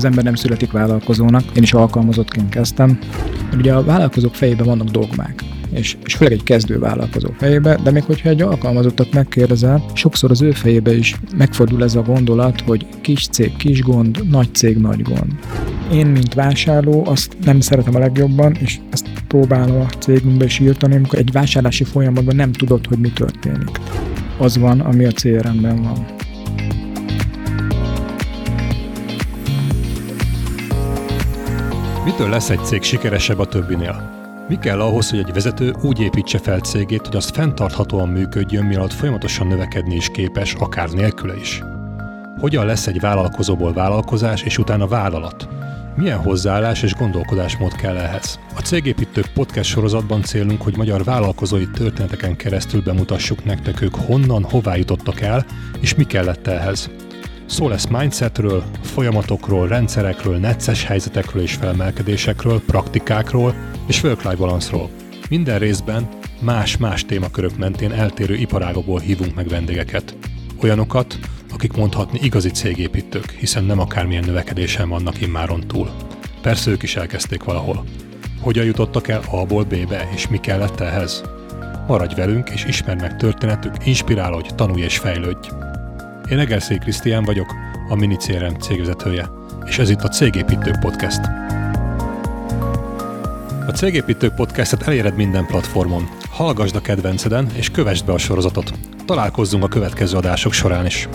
Az ember nem születik vállalkozónak, én is alkalmazottként kezdtem. Ugye a vállalkozók fejében vannak dogmák, és főleg egy kezdő vállalkozó fejébe, de még hogyha egy alkalmazottat megkérdezel, sokszor az ő fejébe is megfordul ez a gondolat, hogy kis cég, kis gond, nagy cég, nagy gond. Én, mint vásárló, azt nem szeretem a legjobban, és ezt próbálom a cégünkbe is írtani, amikor egy vásárlási folyamatban nem tudod, hogy mi történik. Az van, ami a CRM-ben van. Mitől lesz egy cég sikeresebb a többinél? Mi kell ahhoz, hogy egy vezető úgy építse fel cégét, hogy az fenntarthatóan működjön, mielőtt folyamatosan növekedni is képes, akár nélküle is? Hogyan lesz egy vállalkozóból vállalkozás és utána vállalat? Milyen hozzáállás és gondolkodásmód kell ehhez? A Cégépítők podcast sorozatban célunk, hogy magyar vállalkozói történeteken keresztül bemutassuk nektek, ők honnan, hová jutottak el, és mi kellett ehhez. Szó lesz mindsetről, folyamatokról, rendszerekről, necces helyzetekről és felemelkedésekről, praktikákról és work-life balance-ról. Minden részben más-más témakörök mentén eltérő iparágokból hívunk meg vendégeket. Olyanokat, akik mondhatni igazi cégépítők, hiszen nem akármilyen növekedésen vannak immáron túl. Persze ők is elkezdték valahol. Hogyan jutottak el A-ból B-be, és mi kellett ehhez? Maradj velünk, és ismerd meg történetük, inspirálódj, tanulj és fejlődj! Én Egerszék Krisztián vagyok, a Mini CRM cégvezetője, és ez itt a Cégépítők Podcast. A Cégépítők Podcastet eléred minden platformon. Hallgasd a kedvenceden, és kövessd be a sorozatot. Találkozzunk a következő adások során is.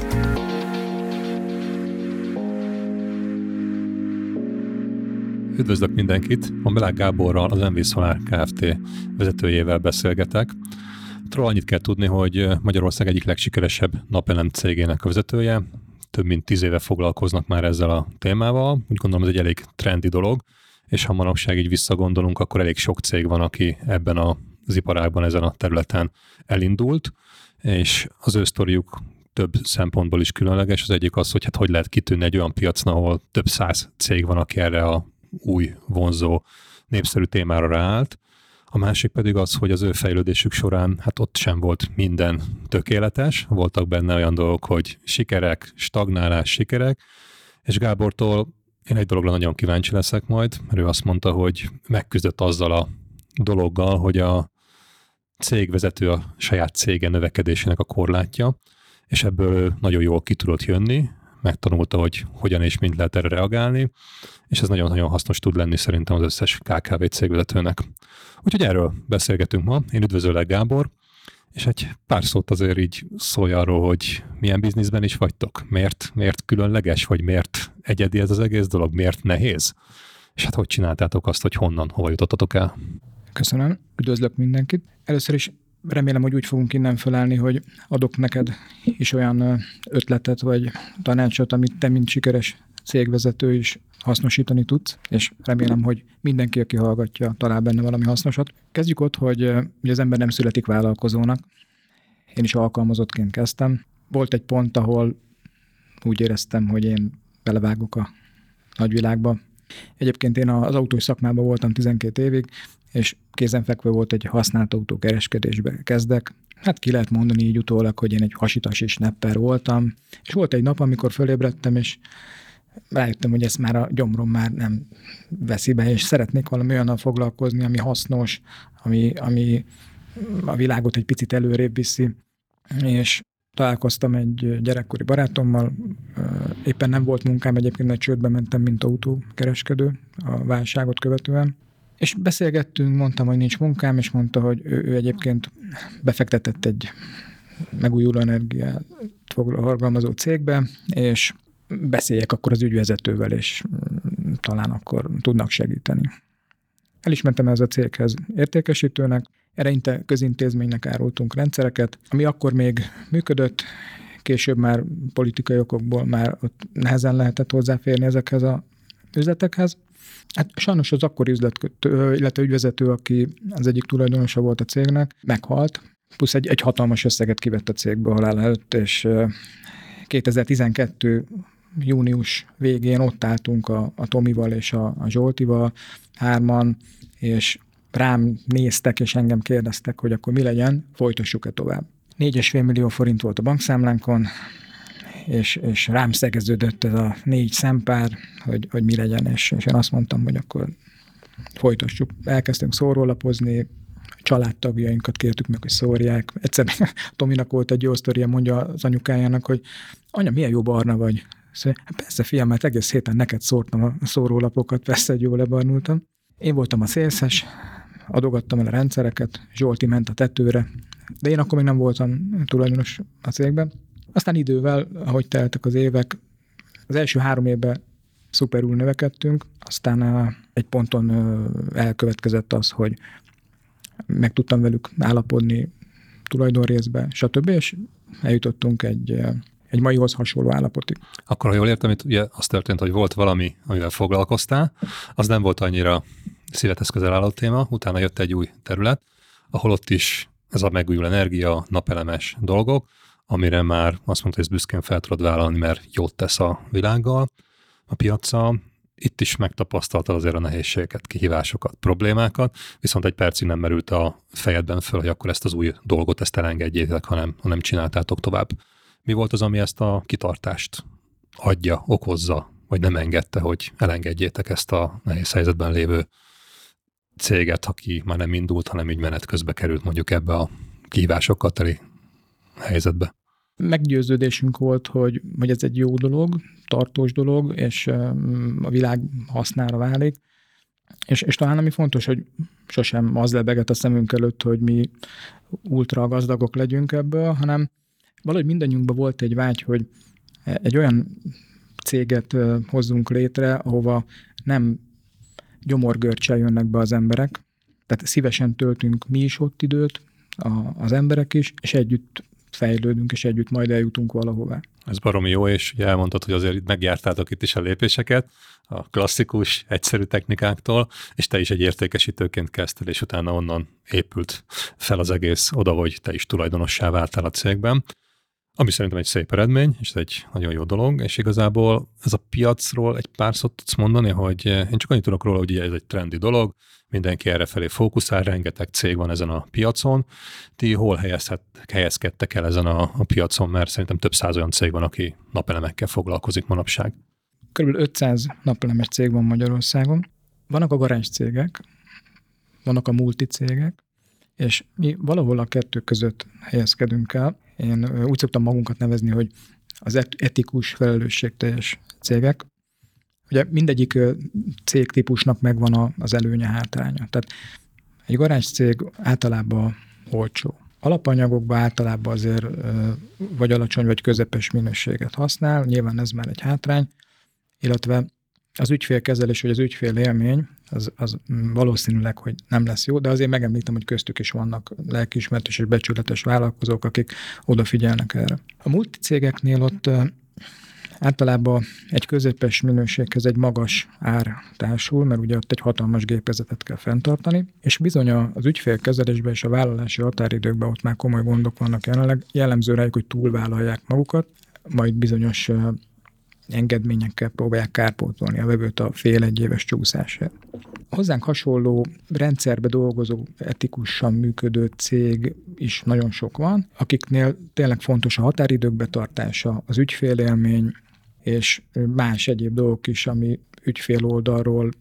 Üdvözlök mindenkit! A Belák Gáborral, az MV Solar Kft. Vezetőjével beszélgetek. Róla annyit kell tudni, hogy Magyarország egyik legsikeresebb napelem cégének a vezetője. Több mint 10 éve foglalkoznak már ezzel a témával. Úgy gondolom, ez egy elég trendi dolog, és ha manapság így visszagondolunk, akkor elég sok cég van, aki ebben az iparágban, ezen a területen elindult, és az ő sztoriuk több szempontból is különleges. Az egyik az, hogy hogy lehet kitűnni egy olyan piacon, ahol több száz cég van, aki erre a új, vonzó, népszerű témára ráállt. A másik pedig az, hogy az ő fejlődésük során ott sem volt minden tökéletes, voltak benne olyan dolgok, hogy sikerek, stagnálás, sikerek, és Gábortól én egy dologra nagyon kíváncsi leszek majd, mert ő azt mondta, hogy megküzdött azzal a dologgal, hogy a cégvezető a saját cége növekedésének a korlátja, és ebből nagyon jól ki tudott jönni, megtanulta, hogy hogyan és mint lehet erre reagálni, és ez nagyon-nagyon hasznos tud lenni szerintem az összes KKV cégvezetőnek. Úgyhogy erről beszélgetünk ma. Én üdvözöllek, Gábor, és egy pár szót azért így szólj arról, hogy milyen bizniszben is vagytok, miért különleges, vagy miért egyedi ez az egész dolog, miért nehéz, és hogy csináltátok azt, hogy honnan, hova jutottatok el. Köszönöm, üdvözlök mindenkit. Először is remélem, hogy úgy fogunk innen felállni, hogy adok neked is olyan ötletet vagy tanácsot, amit te, mint sikeres cégvezető is hasznosítani tudsz, és remélem, hogy mindenki, aki hallgatja, talál benne valami hasznosat. Kezdjük ott, hogy ugye az ember nem születik vállalkozónak. Én is alkalmazottként kezdtem. Volt egy pont, ahol úgy éreztem, hogy én belevágok a nagyvilágba. Egyébként én az autós szakmában voltam 12 évig, és kézenfekvő volt, egy használt autó kereskedésbe kezdek. Ki lehet mondani így utólag, hogy én egy hasitas és snapper voltam. És volt egy nap, amikor fölébredtem, és rájöttem, hogy ezt már a gyomrom már nem veszi be, és szeretnék valami olyannal foglalkozni, ami hasznos, ami a világot egy picit előrébb viszi. És találkoztam egy gyerekkori barátommal, éppen nem volt munkám, egyébként nagy csődbe mentem, mint autókereskedő a válságot követően. És beszélgettünk, mondtam, hogy nincs munkám, és mondta, hogy ő egyébként befektetett egy megújuló energiát forgalmazó cégbe, és beszéljek akkor az ügyvezetővel, és talán akkor tudnak segíteni. El is mentem ez a céghez értékesítőnek, eleinte közintézménynek árultunk rendszereket, ami akkor még működött, később már politikai okokból már ott nehezen lehetett hozzáférni ezekhez az üzletekhez. Sajnos az akkori illetve ügyvezető, aki az egyik tulajdonosa volt a cégnek, meghalt, plusz egy hatalmas összeget kivett a cégből halál előtt, és 2012 június végén ott álltunk a Tomival és a Zsoltival, hárman, és rám néztek, és engem kérdeztek, hogy akkor mi legyen, folytassuk-e tovább. 4,5 millió forint volt a bankszámlánkon, és rám szegeződött ez a 4 szempár, hogy mi legyen, és én azt mondtam, hogy akkor folytassuk. Elkezdtünk szórólapozni, családtagjainkat kértük meg, hogy szórják. Egyszer Tominak volt egy jó sztoria, mondja az anyukájának, hogy anya, milyen jó barna vagy. Szóval, persze fiam, mert egész héten neked szórtam a szórólapokat, persze, hogy jól lebarnultam. Én voltam a szélszes, adogattam el a rendszereket, Zsolti ment a tetőre, de én akkor még nem voltam tulajdonos a cégben. Aztán idővel, ahogy teltek az évek, az első 3 évben szuperül növekedtünk, aztán egy ponton elkövetkezett az, hogy meg tudtam velük állapodni tulajdonrészbe, stb. És eljutottunk egy maihoz hasonló állapotig. Akkor, ha jól értem, itt ugye az történt, hogy volt valami, amivel foglalkoztál, az nem volt annyira szívedhez közel álló téma, utána jött egy új terület, ahol ott is ez a megújuló energia, napelemes dolgok, amire már azt mondta, hogy ezt büszkén fel tudod vállalni, mert jót tesz a világgal, a piaccal. Itt is megtapasztaltad azért a nehézségeket, kihívásokat, problémákat, viszont egy percig nem merült a fejedben föl, hogy akkor ezt az új dolgot, ezt elengedjétek, hanem csináltátok tovább. Mi volt az, ami ezt a kitartást adja, okozza, vagy nem engedte, hogy elengedjétek ezt a nehéz helyzetben lévő céget, aki már nem indult, hanem így menet közbe került mondjuk ebbe a kihívásokkal teli helyzetbe? Meggyőződésünk volt, hogy ez egy jó dolog, tartós dolog, és a világ hasznára válik. És talán ami fontos, hogy sosem az lebegett a szemünk előtt, hogy mi ultra gazdagok legyünk ebből, hanem valahogy mindannyiunkban volt egy vágy, hogy egy olyan céget hozzunk létre, ahova nem gyomorgörcsel jönnek be az emberek, tehát szívesen töltünk mi is ott időt, az emberek is, és együtt fejlődünk, és együtt majd eljutunk valahová. Ez baromi jó, és ugye elmondtad, hogy azért megjártátok itt is a lépéseket, a klasszikus, egyszerű technikáktól, és te is egy értékesítőként kezdted, és utána onnan épült fel az egész oda, hogy te is tulajdonossá váltál a cégben. Ami szerintem egy szép eredmény, és ez egy nagyon jó dolog, és igazából ez a piacról egy pár szót tudsz mondani, hogy én csak annyit tudok róla, hogy ez egy trendi dolog, mindenki errefelé fókuszál, rengeteg cég van ezen a piacon. Ti hol helyezkedtek el ezen a piacon, mert szerintem több 100 olyan cég van, aki napelemekkel foglalkozik manapság. Körülbelül 500 napelemes cég van Magyarországon. Vannak a garázscégek, vannak a multicégek, és mi valahol a kettő között helyezkedünk el. Én úgy szoktam magunkat nevezni, hogy az etikus, felelősségteljes cégek. Ugye mindegyik cégtípusnak megvan az előnye, hátránya. Tehát egy garázscég általában olcsó. Alapanyagokban általában azért vagy alacsony, vagy közepes minőséget használ, nyilván ez már egy hátrány, illetve az ügyfélkezelés, vagy az ügyfélélmény, az valószínűleg, hogy nem lesz jó, de azért megemlítem, hogy köztük is vannak lelkiismeretes és becsületes vállalkozók, akik odafigyelnek erre. A multicégeknél ott általában egy közepes minőséghez egy magas ár társul, mert ugye ott egy hatalmas gépezetet kell fenntartani, és bizony az ügyfélkezelésben és a vállalási határidőkben ott már komoly gondok vannak jelenleg, jellemző rájuk, hogy túlvállalják magukat, majd bizonyos engedményekkel próbálják kárpótolni a vevőt a fél-egy éves csúszásért. Hozzánk hasonló rendszerbe dolgozó, etikusan működő cég is nagyon sok van, akiknél tényleg fontos a határidők betartása, az ügyfélélmény, és más egyéb dolgok is, ami ügyfél oldalról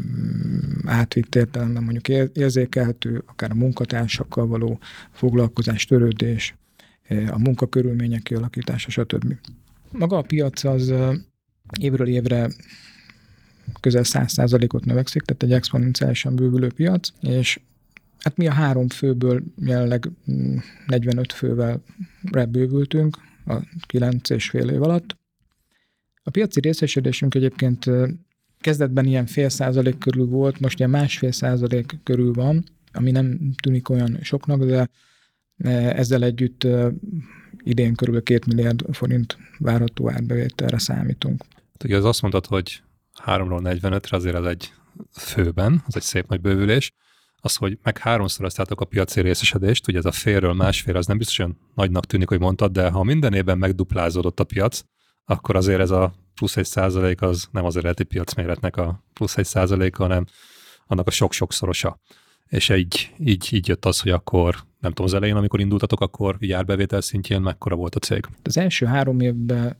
átvitt értelemben mondjuk érzékelhető, akár a munkatársakkal való foglalkozás, törődés, a munkakörülmények kialakítása, stb. Maga a piac az évről évre közel 100%-ot növekszik, tehát egy exponenciálisan bővülő piac, és hát mi a 3 főből jelenleg 45 fővel bővültünk a 9,5 év alatt. A piaci részesedésünk egyébként kezdetben ilyen 0,5% körül volt, most ilyen 1,5% körül van, ami nem tűnik olyan soknak, de ezzel együtt idén körülbelül 2 milliárd forint várható árbevételre számítunk. Ugye az azt mondtad, hogy 3-ról 45-re azért ez egy főben, az egy szép nagy bővülés. Az, hogy meg 3-szoroztátok a piaci részesedést, ugye ez a félről másfél, az nem biztos olyan nagynak tűnik, hogy mondtad, de ha minden évben megduplázódott a piac, akkor azért ez a plusz 1% az nem az eredeti piacméretnek a plusz 1%-a, hanem annak a sok-sokszorosa. És így jött az, hogy akkor, nem tudom, az elején, amikor indultatok, akkor így árbevétel szintjén mekkora volt a cég? Az első 3 évben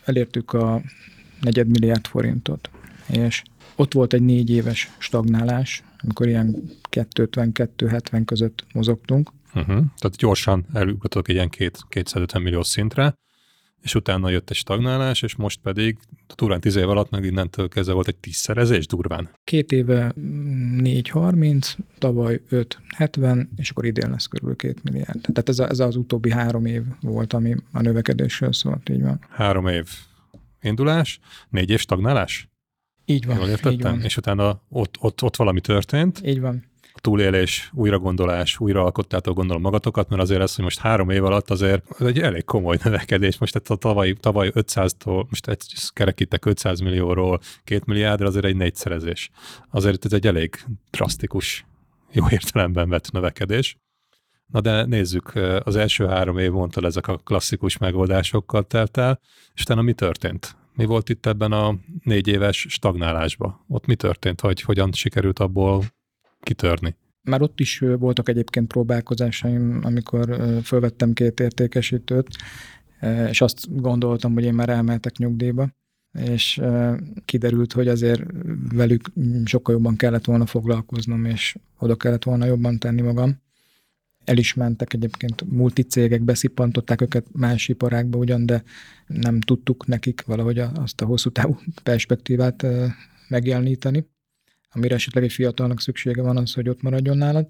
elértük a 4 milliárd forintot, és ott volt egy 4 éves stagnálás, amikor ilyen 250-270 között mozogtunk. Tehát gyorsan elugrottok egy ilyen 250 millió szintre, és utána jött egy stagnálás, és most pedig durván 10 év alatt meg innentől kezdve volt egy 10-szerezés durván. 2 éve 4,30, tavaly 5,70, és akkor idén lesz körül 2 milliárd. Tehát ez az utóbbi 3 év volt, ami a növekedésről szólt, így van. 3 év indulás, 4 év stagnálás? Így van. Jól értettem? Így van. És utána ott valami történt. Így van. A túlélés, újragondolás, újraalkottátok gondolom magatokat, mert azért ez, hogy most 3 év alatt azért ez egy elég komoly növekedés. Most a tavaly 500-tól, most kerekítek 500 millióról 2 milliárdra, azért egy 4-szerezés. Azért ez egy elég drasztikus, jó értelemben vett növekedés. Na de nézzük, az első 3 év mondtad, ezek a klasszikus megoldásokkal telt el, és utána mi történt? Mi volt itt ebben a 4 éves stagnálásban? Ott mi történt, hogy hogyan sikerült abból kitörni? Már ott is voltak egyébként próbálkozásaim, amikor fölvettem 2 értékesítőt, és azt gondoltam, hogy én már elmehetek nyugdíjba, és kiderült, hogy azért velük sokkal jobban kellett volna foglalkoznom, és oda kellett volna jobban tenni magam. El is mentek egyébként multicégek, beszippantották őket más iparágba ugyan, de nem tudtuk nekik valahogy azt a hosszú távú perspektívát megjeleníteni, amire esetleg egy fiatalnak szüksége van az, hogy ott maradjon nálad.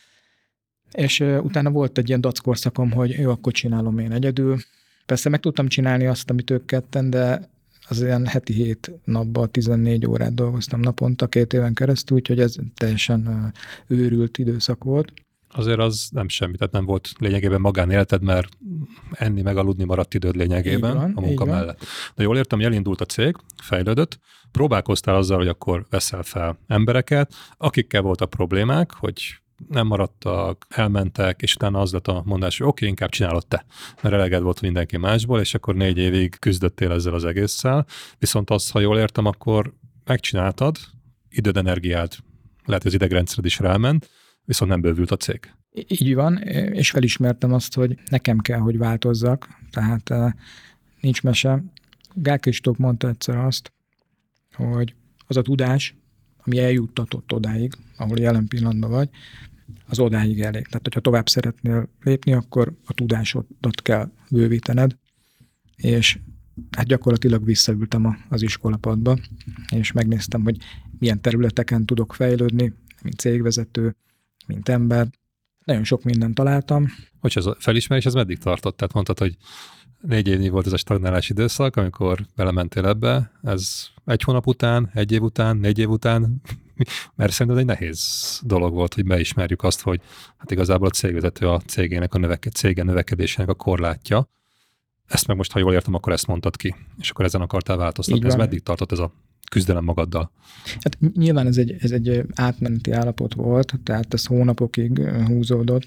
És utána volt egy ilyen dackorszakom, hogy jó, akkor csinálom én egyedül. Persze meg tudtam csinálni azt, amit ők ketten, de az ilyen heti 7 napban 14 órát dolgoztam naponta 2 éven keresztül, úgyhogy ez teljesen őrült időszak volt. Azért az nem semmi, tehát nem volt lényegében magánéleted, mert enni meg aludni maradt időd lényegében van, a munka mellett. De jól értem, hogy elindult a cég, fejlődött, próbálkoztál azzal, hogy akkor veszel fel embereket, akikkel voltak problémák, hogy nem maradtak, elmentek, és utána az lett a mondás, hogy oké, inkább csinálod te, mert eleged volt mindenki másból, és akkor 4 évig küzdöttél ezzel az egésszel. Viszont azt, ha jól értem, akkor megcsináltad, időd, energiád, lehet, hogy az idegrendszered is ráment, viszont nem bővült a cég. Így van, és felismertem azt, hogy nekem kell, hogy változzak, tehát nincs mese. Gál Kristóf mondta egyszer azt, hogy az a tudás, ami eljuttatott odáig, ahol jelen pillanatban vagy, az odáig elég. Tehát, hogyha tovább szeretnél lépni, akkor a tudásodat kell bővítened, és hát gyakorlatilag visszaültem az iskolapadba, és megnéztem, hogy milyen területeken tudok fejlődni, mint cégvezető, mint ember. Nagyon sok mindent találtam. Hogy ez a felismerés, ez meddig tartott? Tehát mondtad, hogy 4 évnyi volt ez a stagnálás időszak, amikor belementél ebbe. Ez 1 hónap után, 1 év után, 4 év után? Mert szerintem egy nehéz dolog volt, hogy beismerjük azt, hogy hát igazából a cégvezető a cégének, cége növekedésének a korlátja. Ezt meg most, ha jól értem, akkor ezt mondtad ki, és akkor ezen akartál változtatni. Ez meddig tartott ez a küzdelem magaddal? Hát nyilván ez egy átmeneti állapot volt, tehát ez hónapokig húzódott,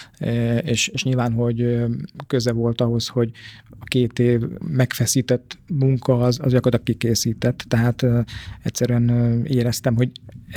és nyilván, hogy köze volt ahhoz, hogy a 2 év megfeszített munka az gyakorlatilag kikészített, tehát egyszerűen éreztem, hogy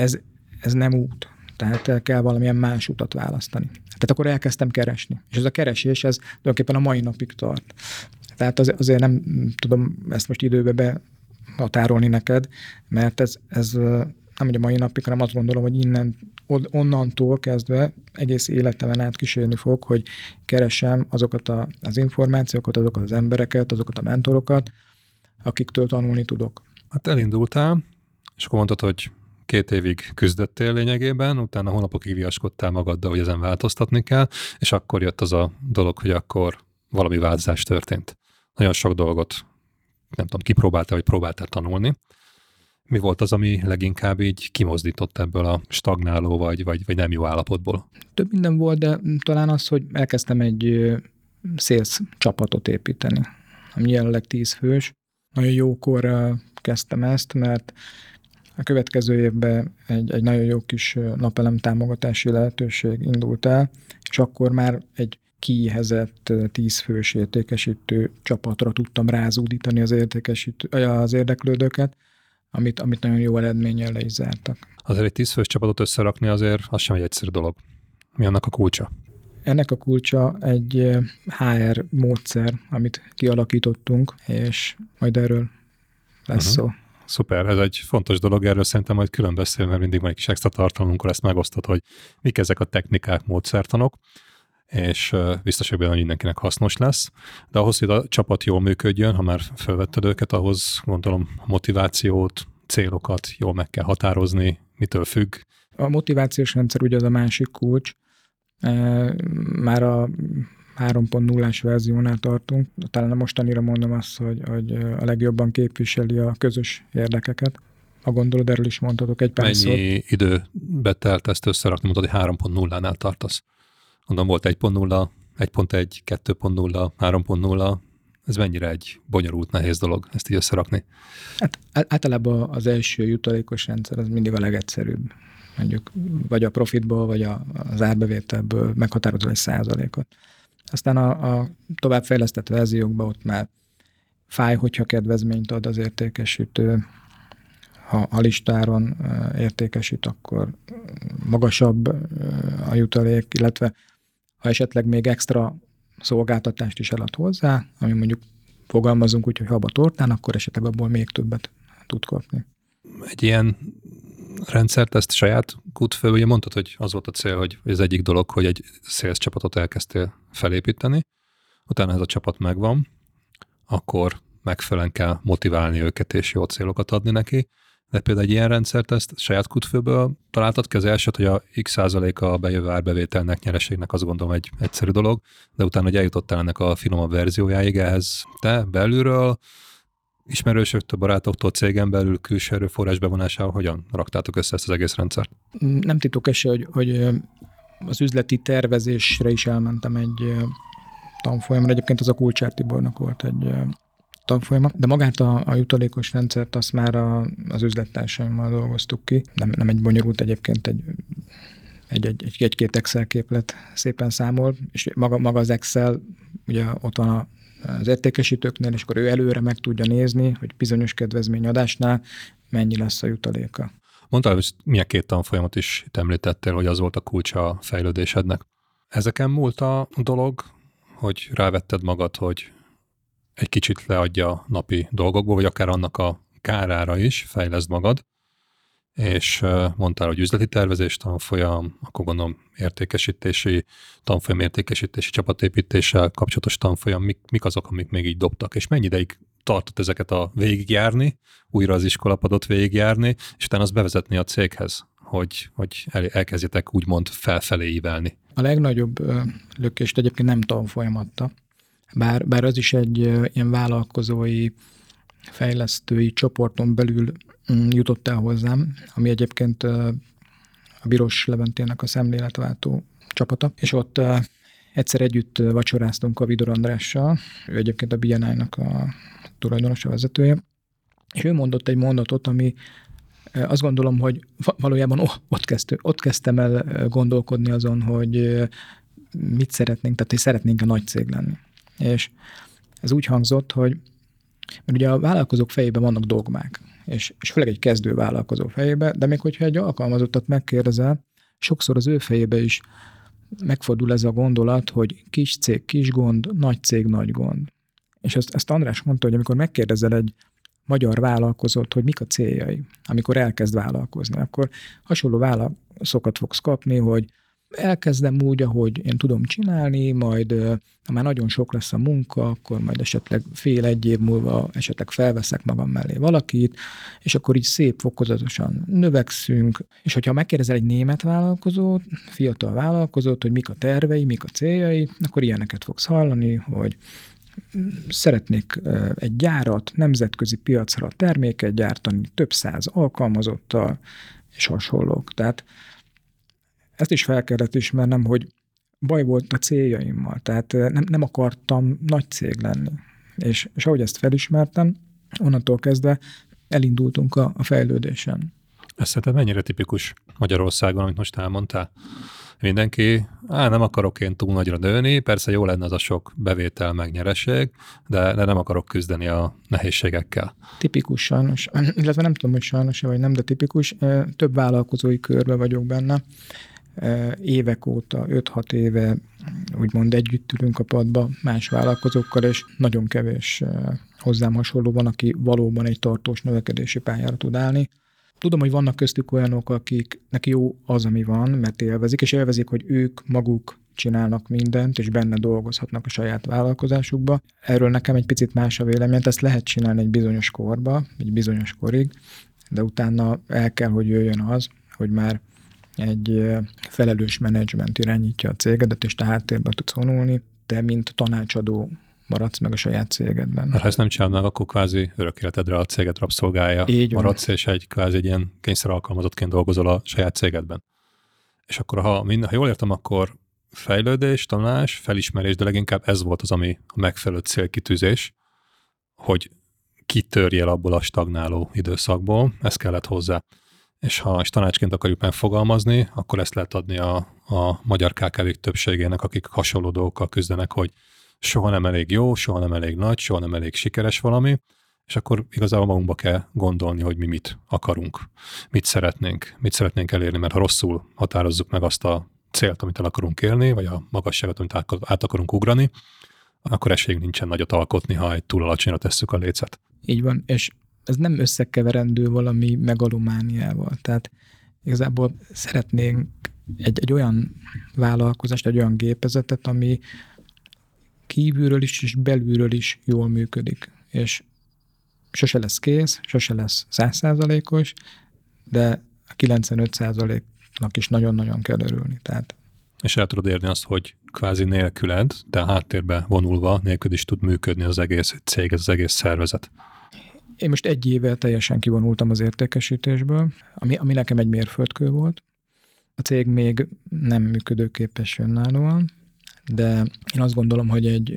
ez nem út, tehát kell valamilyen más utat választani. Tehát akkor elkezdtem keresni, és ez a keresés, ez tulajdonképpen a mai napig tart. Tehát azért nem tudom ezt most időbe határolni neked, mert ez nem ugye mai napig, hanem azt gondolom, hogy onnantól kezdve egész életemen át kísérni fog, hogy keresem azokat az információkat, azokat az embereket, azokat a mentorokat, akiktől tanulni tudok. Hát elindultál, és akkor mondtad, hogy 2 évig küzdöttél lényegében, utána hónapokig viaskodtál magaddal, hogy ezen változtatni kell, és akkor jött az a dolog, hogy akkor valami változás történt. Nagyon sok dolgot nem tudom, kipróbáltál, vagy próbáltál tanulni. Mi volt az, ami leginkább így kimozdított ebből a stagnáló, vagy nem jó állapotból? Több minden volt, de talán az, hogy elkezdtem egy sales csapatot építeni, ami jelenleg 10 fős. Nagyon jókor kezdtem ezt, mert a következő évben egy nagyon jó kis napelem támogatási lehetőség indult el, és akkor már egy kiéhezett 10 fős értékesítő csapatra tudtam rázúdítani az érdeklődőket, amit nagyon jó eredménnyel le is zártak. Azért egy 10 fős csapatot összerakni azért az sem egy egyszerű dolog. Mi annak a kulcsa? Ennek a kulcsa egy HR módszer, amit kialakítottunk, és majd erről lesz szó. Szuper, ez egy fontos dolog, erről szerintem majd külön beszélünk, mert mindig van egy kis extra tartalmunkor ezt megosztod, hogy mik ezek a technikák, módszertanok, és biztos, hogy benne mindenkinek hasznos lesz. De ahhoz, hogy a csapat jól működjön, ha már felvetted őket, ahhoz gondolom motivációt, célokat jól meg kell határozni, mitől függ. A motivációs rendszer ugye az a másik kulcs. Már a 3.0-ás verziónál tartunk. Talán a mostanira mondom azt, hogy a legjobban képviseli a közös érdekeket. Ha gondolod, erről is mondhatok egy pár szót. Mennyi időbe telt ezt összerakni? Mondtad, hogy 3.0-nál tartasz. Mondom, volt 1.0, 1.1, 2.0, 3.0. Ez mennyire egy bonyolult, nehéz dolog ezt így összerakni? Hát általában az első jutalékos rendszer az mindig a legegyszerűbb. Mondjuk vagy a profitból, vagy az árbevételből meghatározol egy százalékot. Aztán a továbbfejlesztett verziókban ott már fáj, hogyha kedvezményt ad az értékesítő. Ha a listáron értékesít, akkor magasabb a jutalék, illetve ha esetleg még extra szolgáltatást is elad hozzá, ami mondjuk fogalmazunk úgy, hogy hab a tortán, akkor esetleg abból még többet tud kapni. Egy ilyen rendszert, ezt saját kútfő, ugye mondtad, hogy az volt a cél, hogy az egyik dolog, hogy egy sales csapatot elkezdtél felépíteni, utána ez a csapat megvan, akkor megfelelően kell motiválni őket és jó célokat adni neki, de például egy ilyen rendszert ezt saját kútfőből találtad ki az elsőt, hogy a x százaléka a bejövő árbevételnek, nyereségnek, azt gondolom egy egyszerű dolog, de utána, hogy eljutottál ennek a finomabb verziójáig, ehhez te belülről, ismerősöktől, barátoktól, cégen belül, külső erőforrás bevonásával hogyan raktátok össze ezt az egész rendszert? Nem titok esély, hogy az üzleti tervezésre is elmentem egy tanfolyamra. Egyébként az a Kulcsár Tibornak volt egy tanfolyama, de magát a jutalékos rendszert azt már az üzlettársaimmal dolgoztuk ki. Nem egy bonyolult, egyébként egy-két Excel képlet szépen számol, és maga az Excel, ugye ott van az értékesítőknél, és akkor ő előre meg tudja nézni, hogy bizonyos kedvezményadásnál mennyi lesz a jutaléka. Mondtál, hogy milyen 2 tanfolyamot is itt említettél, hogy az volt a kulcsa a fejlődésednek. Ezeken múlt a dolog, hogy rávetted magad, hogy egy kicsit leadja a napi dolgokból, vagy akár annak a kárára is fejleszd magad, és mondtál, hogy üzleti tervezés tanfolyam, akkor gondolom értékesítési tanfolyam, értékesítési csapatépítéssel kapcsolatos tanfolyam, mik azok, amik még így dobtak, és mennyi ideig tartott ezeket a végigjárni, újra az iskolapadot végigjárni, és utána azt bevezetni a céghez, hogy elkezdjetek úgymond felfelé ívelni. A legnagyobb lökést egyébként nem tanfolyam adta, bár az is egy ilyen vállalkozói, fejlesztői csoporton belül jutott el hozzám, ami egyébként a Biros Leventének a szemléletváltó csapata, és ott egyszer együtt vacsoráztunk a Vidor Andrással, ő egyébként a BNI-nak a tulajdonosa, vezetője, és ő mondott egy mondatot, ami azt gondolom, hogy valójában ott kezdtem el gondolkodni azon, hogy mit szeretnénk, tehát hogy szeretnénk a nagy cég lenni. És ez úgy hangzott, hogy mert ugye a vállalkozók fejében vannak dogmák, és főleg egy kezdő vállalkozó fejében, de még hogyha egy alkalmazottat megkérdezel, sokszor az ő fejébe is megfordul ez a gondolat, hogy kis cég, kis gond, nagy cég, nagy gond. És ezt András mondta, hogy amikor megkérdezel egy magyar vállalkozót, hogy mik a céljai, amikor elkezd vállalkozni, akkor hasonló válaszokat fogsz kapni, hogy elkezdem úgy, ahogy én tudom csinálni, majd ha már nagyon sok lesz a munka, akkor majd esetleg fél-egy év múlva esetleg felveszek magam mellé valakit, és akkor így szép fokozatosan növekszünk, és hogyha megkérdezel egy német vállalkozót, fiatal vállalkozót, hogy mik a tervei, mik a céljai, akkor ilyeneket fogsz hallani, hogy szeretnék egy gyárat, nemzetközi piacra terméket gyártani, több száz alkalmazottal, és hasonlók. Tehát ezt is fel kellett ismernem, hogy baj volt a céljaimmal, tehát nem akartam nagy cég lenni. És ahogy ezt felismertem, onnantól kezdve elindultunk a fejlődésen. Ez szerintem mennyire tipikus Magyarországon, amit most elmondtál? Mindenki, nem akarok én túl nagyra nőni, persze jó lenne az a sok bevétel meg nyereség, de nem akarok küzdeni a nehézségekkel. Tipikus sajnos, illetve nem tudom, hogy sajnos vagy nem, de tipikus. Több vállalkozói körbe vagyok benne. évek óta, 5-6 éve úgymond együtt ülünk a padba más vállalkozókkal, és nagyon kevés hozzám hasonló van, aki valóban egy tartós növekedési pályára tud állni. Tudom, hogy vannak köztük olyanok, akiknek jó az, ami van, mert élvezik, és élvezik, hogy ők maguk csinálnak mindent, és benne dolgozhatnak a saját vállalkozásukba. Erről nekem egy picit más a véleményem, ezt lehet csinálni egy bizonyos korba, egy bizonyos korig, de utána el kell, hogy jöjjön az, hogy már egy felelős menedzsment irányítja a cégedet, és te háttérbe tudsz vonulni, te mint tanácsadó maradsz meg a saját cégedben. Mert ha ezt nem csinálod meg, akkor kvázi örök életedre a céget rabszolgája maradsz, és kvázi egy ilyen kényszeralkalmazottként dolgozol a saját cégedben. És akkor, ha jól értem, akkor fejlődés, tanulás, felismerés, de leginkább ez volt az, ami a megfelelő célkitűzés, hogy kitörjél abból a stagnáló időszakból, ez kellett hozzá. És ha tanácsként akarjuk megfogalmazni, akkor ezt lehet adni a magyar KKV-k többségének, akik hasonló dolgokkal küzdenek, hogy soha nem elég jó, soha nem elég nagy, soha nem elég sikeres valami, és akkor igazából magunkba kell gondolni, hogy mi mit akarunk, mit szeretnénk elérni, mert ha rosszul határozzuk meg azt a célt, amit el akarunk élni, vagy a magasságot, amit át akarunk ugrani, akkor esélyünk nincsen nagyot alkotni, ha egy túl alacsonyra tesszük a lécet. Így van, és ez nem összekeverendő valami megalomániával. Tehát igazából szeretnénk egy olyan vállalkozást, egy olyan gépezetet, ami kívülről is és belülről is jól működik. És sose lesz kész, sose lesz 100%-os, de a 95%-nak is nagyon-nagyon kell örülni. Tehát és el tudod érni azt, hogy kvázi nélküled, de a háttérbe vonulva nélkül is tud működni az egész cég, az egész szervezet. Én most 1 éve teljesen kivonultam az értékesítésből, ami nekem egy mérföldkő volt. A cég még nem működőképes önállóan, de én azt gondolom, hogy egy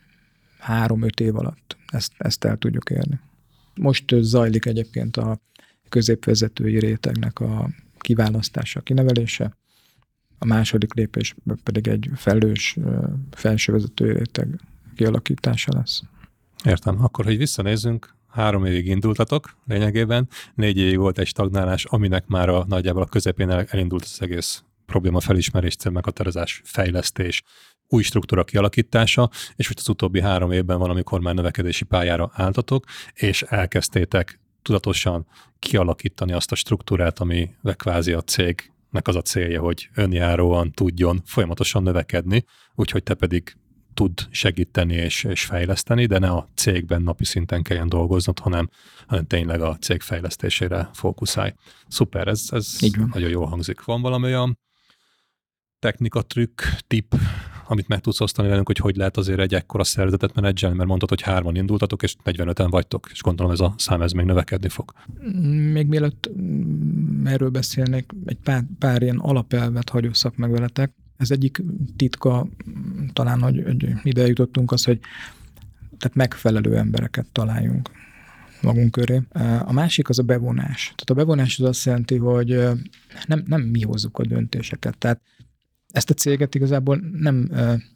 3-5 év alatt ezt el tudjuk érni. Most zajlik egyébként a középvezetői rétegnek a kiválasztása, kinevelése. A második lépés pedig egy felelős felsővezetői réteg kialakítása lesz. Értem. Akkor, hogy visszanézzünk, 3 évig indultatok lényegében, 4 évig volt egy stagnálás, aminek már nagyjából a közepén elindult az egész probléma felismerés, célmeghatározás, fejlesztés, új struktúra kialakítása, és most az utóbbi 3 évben van, amikor már növekedési pályára álltatok, és elkezdtétek tudatosan kialakítani azt a struktúrát, ami kvázi a cégnek az a célja, hogy önjáróan tudjon folyamatosan növekedni, úgyhogy te pedig tud segíteni és fejleszteni, de ne a cégben napi szinten kelljen dolgoznod, hanem tényleg a cég fejlesztésére fókuszálj. Szuper, ez nagyon jól hangzik. Van valami olyan technika, trükk, tipp, amit meg tudsz osztani velünk, hogy lehet azért egy ekkora szervezetet menedzselni, mert mondtad, hogy 3-an indultatok, és 45-en vagytok, és gondolom ez a szám még növekedni fog. Még mielőtt erről beszélnék, egy pár ilyen alapelvet hagyózzak meg veletek. Ez egyik titka, talán, hogy ide jutottunk, az, hogy tehát megfelelő embereket találjunk magunk köré. A másik az a bevonás. Tehát a bevonás az azt jelenti, hogy nem mi hozzuk a döntéseket. Tehát ezt a céget igazából nem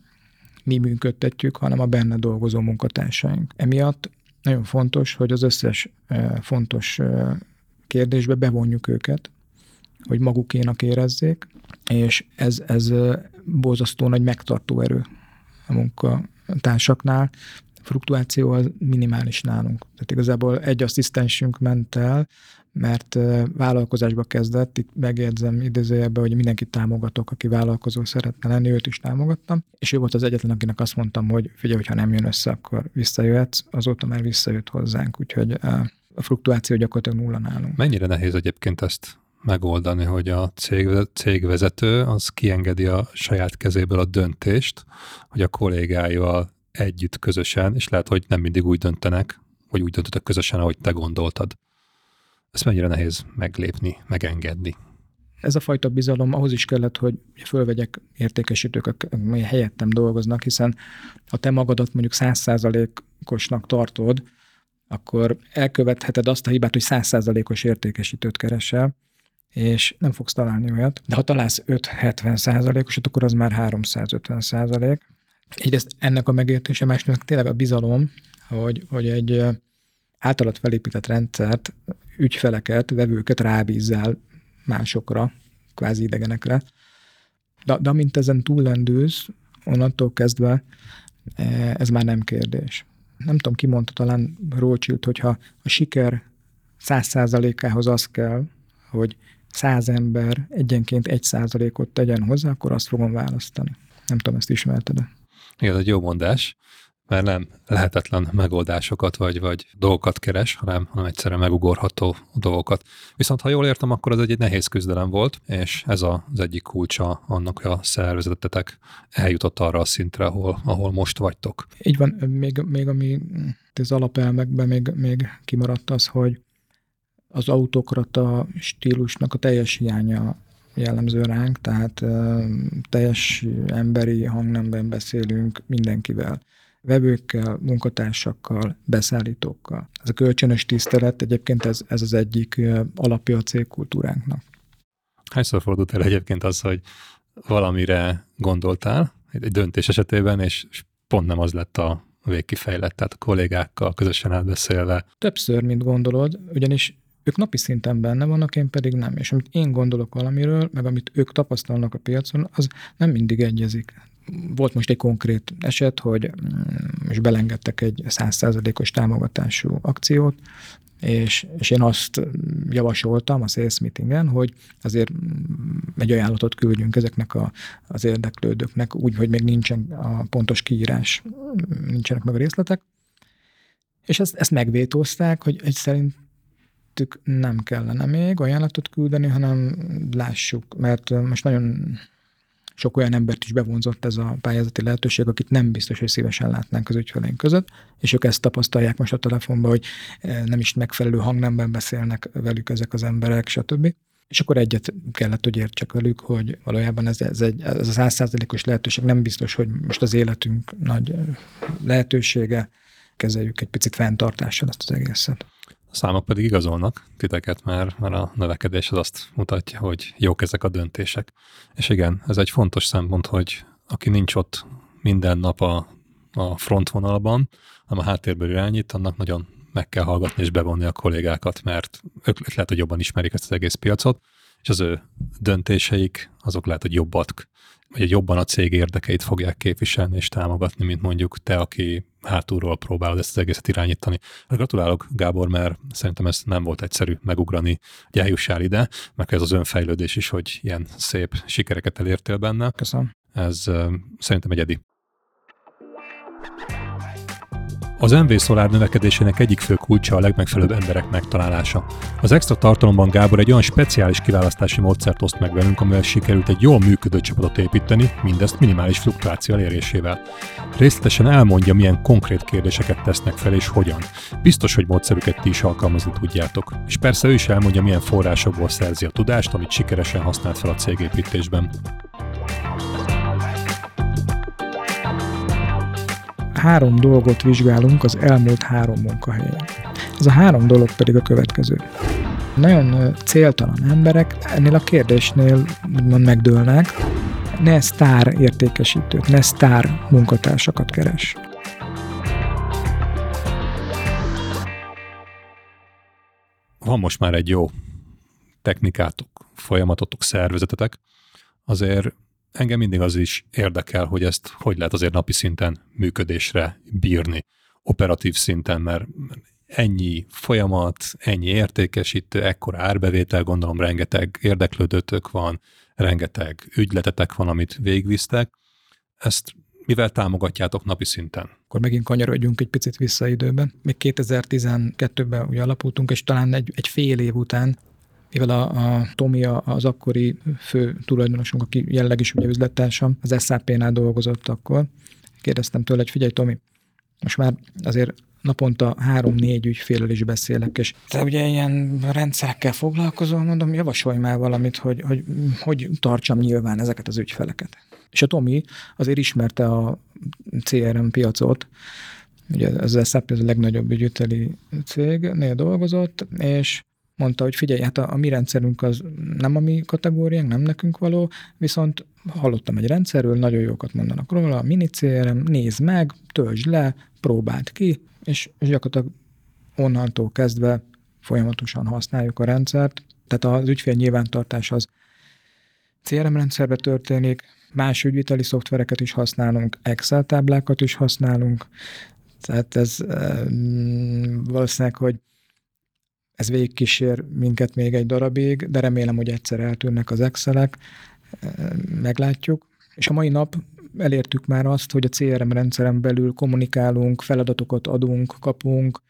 mi működtetjük, hanem a benne dolgozó munkatársaink. Emiatt nagyon fontos, hogy az összes fontos kérdésbe bevonjuk őket, hogy magukénak érezzék, és ez borzasztó nagy megtartó erő a munkatársaknál. A fluktuáció az minimális nálunk. Tehát igazából egy asszisztensünk ment el, mert vállalkozásba kezdett, itt megjegyzem idézőjelben, hogy mindenkit támogatok, aki vállalkozó szeretne lenni, őt is támogattam, és ő volt az egyetlen, akinek azt mondtam, hogy figyelj, hogyha nem jön össze, akkor visszajöhetsz, azóta már visszajött hozzánk, úgyhogy a fluktuáció gyakorlatilag nulla nálunk. Mennyire nehéz egyébként ezt megoldani, hogy a cégvezető az kiengedi a saját kezéből a döntést, hogy a kollégáival együtt közösen, és lehet, hogy nem mindig úgy döntenek, vagy úgy döntöttek közösen, ahogy te gondoltad. Ezt mennyire nehéz meglépni, megengedni? Ez a fajta bizalom ahhoz is kellett, hogy fölvegyek értékesítők, amely helyettem dolgoznak, hiszen ha te magadat mondjuk 100%-osnak tartod, akkor elkövetheted azt a hibát, hogy 100%-os értékesítőt keresel, és nem fogsz találni olyat. De ha találsz 5-70%-osat, akkor az már 350%. Egyrészt ennek a megértése, másnak tényleg a bizalom, hogy egy általad felépített rendszert, ügyfeleket, vevőket rábízzál másokra, kvázi idegenekre, De amint ezen túllendülsz, onnantól kezdve ez már nem kérdés. Nem tudom, ki mondta, talán Rothschild, hogyha a siker 100%-ához az kell, hogy 100 ember egyenként 1%-ot tegyen hozzá, akkor azt fogom választani. Nem tudom, ezt ismerted-e? Igen, ez egy jó mondás, mert nem lehetetlen megoldásokat vagy dolgokat keres, hanem egyszerűen megugorható dolgokat. Viszont ha jól értem, akkor ez egy nehéz küzdelem volt, és ez az egyik kulcsa annak, hogy a szervezetetek eljutott arra a szintre, ahol most vagytok. Így van, még ami az alapelmekben még kimaradt az, hogy az autokrata stílusnak a teljes hiánya jellemző ránk, tehát teljes emberi hangnemben beszélünk mindenkivel. Vevőkkel, munkatársakkal, beszállítókkal. Ez a kölcsönös tisztelet egyébként ez az egyik alapja a cégkultúránknak. Hányszor fordult el egyébként az, hogy valamire gondoltál egy döntés esetében, és pont nem az lett a végkifejlett, tehát a kollégákkal közösen átbeszélve? Többször, mint gondolod, ugyanis ők napi szinten benne vannak, én pedig nem. És amit én gondolok valamiről, meg amit ők tapasztalnak a piacon, az nem mindig egyezik. Volt most egy konkrét eset, hogy most belengedtek egy 100%-os támogatású akciót, és én azt javasoltam a sales meetingen, hogy azért egy ajánlatot küldjünk ezeknek az érdeklődőknek, úgy, hogy még nincsen a pontos kiírás, nincsenek meg a részletek. És ezt megvétózták, hogy szerintük nem kellene még ajánlatot küldeni, hanem lássuk, mert most nagyon sok olyan embert is bevonzott ez a pályázati lehetőség, akit nem biztos, hogy szívesen látnánk az ügyfeleink között, és ők ezt tapasztalják most a telefonban, hogy nem is megfelelő hangnemben beszélnek velük ezek az emberek, stb. És akkor egyet kellett, hogy értsek velük, hogy valójában ez a 100%-os lehetőség nem biztos, hogy most az életünk nagy lehetősége, kezeljük egy picit fenntartással ezt az egészet. A számok pedig igazolnak titeket, mert a növekedés az azt mutatja, hogy jók ezek a döntések. És igen, ez egy fontos szempont, hogy aki nincs ott minden nap a frontvonalban, hanem a háttérből irányít, annak nagyon meg kell hallgatni és bevonni a kollégákat, mert ők lehet, hogy jobban ismerik ezt az egész piacot, és az ő döntéseik azok lehet, hogy jobban a cég érdekeit fogják képviselni és támogatni, mint mondjuk te, aki hátulról próbálod ezt az egészet irányítani. Gratulálok, Gábor, mert szerintem ez nem volt egyszerű megugrani, hogy eljussál ide, meg ez az önfejlődés is, hogy ilyen szép sikereket elértél benne. Köszönöm. Ez szerintem egyedi. Az MV Solar növekedésének egyik fő kulcsa a legmegfelelőbb emberek megtalálása. Az extra tartalomban Gábor egy olyan speciális kiválasztási módszert oszt meg velünk, amivel sikerült egy jól működő csapatot építeni, mindezt minimális fluktuáció elérésével. Részletesen elmondja, milyen konkrét kérdéseket tesznek fel és hogyan. Biztos, hogy módszerüket ti is alkalmazni tudjátok. És persze ő is elmondja, milyen forrásokból szerzi a tudást, amit sikeresen használt fel a cégépítésben. 3 dolgot vizsgálunk az elmúlt 3 munkahelyen. Ez a 3 dolog pedig a következő. Nagyon céltalan emberek ennél a kérdésnél megdőlnek, ne sztár értékesítőt, ne sztár munkatársakat keres. Van most már egy jó technikátok, folyamatotok, szervezetetek, azért engem mindig az is érdekel, hogy ezt hogy lehet azért napi szinten működésre bírni, operatív szinten, mert ennyi folyamat, ennyi értékesítő, ekkora árbevétel, gondolom rengeteg érdeklődőtök van, rengeteg ügyletetek van, amit végigvisztek. Ezt mivel támogatjátok napi szinten? Akkor megint kanyarodjunk egy picit vissza időben. Még 2012-ben ugye alapultunk, és talán egy fél év után, mivel a Tomi az akkori fő tulajdonosunk, aki jelenleg is ugye üzlettársam, az SAP-nál dolgozott akkor, kérdeztem tőle, hogy figyelj Tomi, most már azért naponta 3-4 ügyféllel is beszélek, és te ugye ilyen rendszerekkel foglalkozol, mondom, javasolj már valamit, hogy tartsam nyilván ezeket az ügyfeleket. És a Tomi azért ismerte a CRM piacot, ugye az SAP az a legnagyobb ügyviteli cégnél dolgozott, és mondta, hogy figyelj, hát a mi rendszerünk az nem a mi kategóriánk, nem nekünk való, viszont hallottam egy rendszerről, nagyon jókat mondanak róla, a mini CRM, nézd meg, töltsd le, próbáld ki, és gyakorlatilag onnantól kezdve folyamatosan használjuk a rendszert. Tehát az ügyfél nyilvántartás az CRM rendszerbe történik, más ügyviteli szoftvereket is használunk, Excel táblákat is használunk, tehát ez valószínűleg, hogy ez végigkísér minket még egy darabig, de remélem, hogy egyszer eltűnnek az Excelek, meglátjuk. És a mai nap elértük már azt, hogy a CRM rendszeren belül kommunikálunk, feladatokat adunk, kapunk,